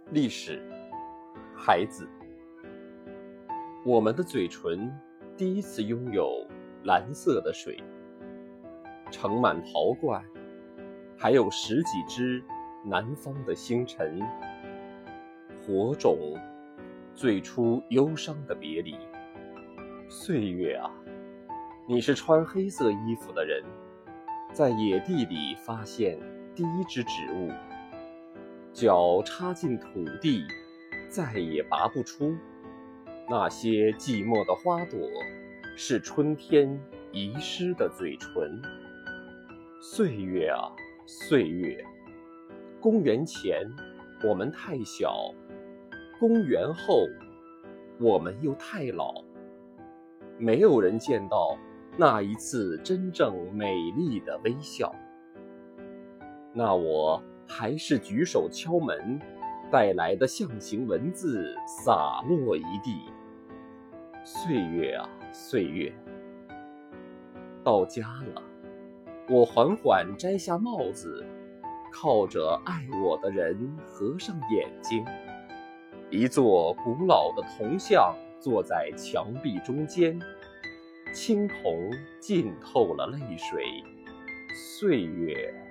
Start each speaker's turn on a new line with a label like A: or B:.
A: 历史，孩子，我们的嘴唇第一次拥有蓝色的水，盛满陶罐，还有十几只南方的星辰，火种最初忧伤的别离。岁月啊，你是穿黑色衣服的人，在野地里发现第一只植物，脚插进土地，再也拔不出。那些寂寞的花朵，是春天遗失的嘴唇。岁月啊，岁月，公元前我们太小，公元后我们又太老。没有人见到那一次真正美丽的微笑。那我还是举手敲门，带来的象形文字洒落一地。岁月啊，岁月，到家了。我缓缓摘下帽子，靠着爱我的人合上眼睛。一座古老的铜像坐在墙壁中间，青铜浸透了泪水。岁月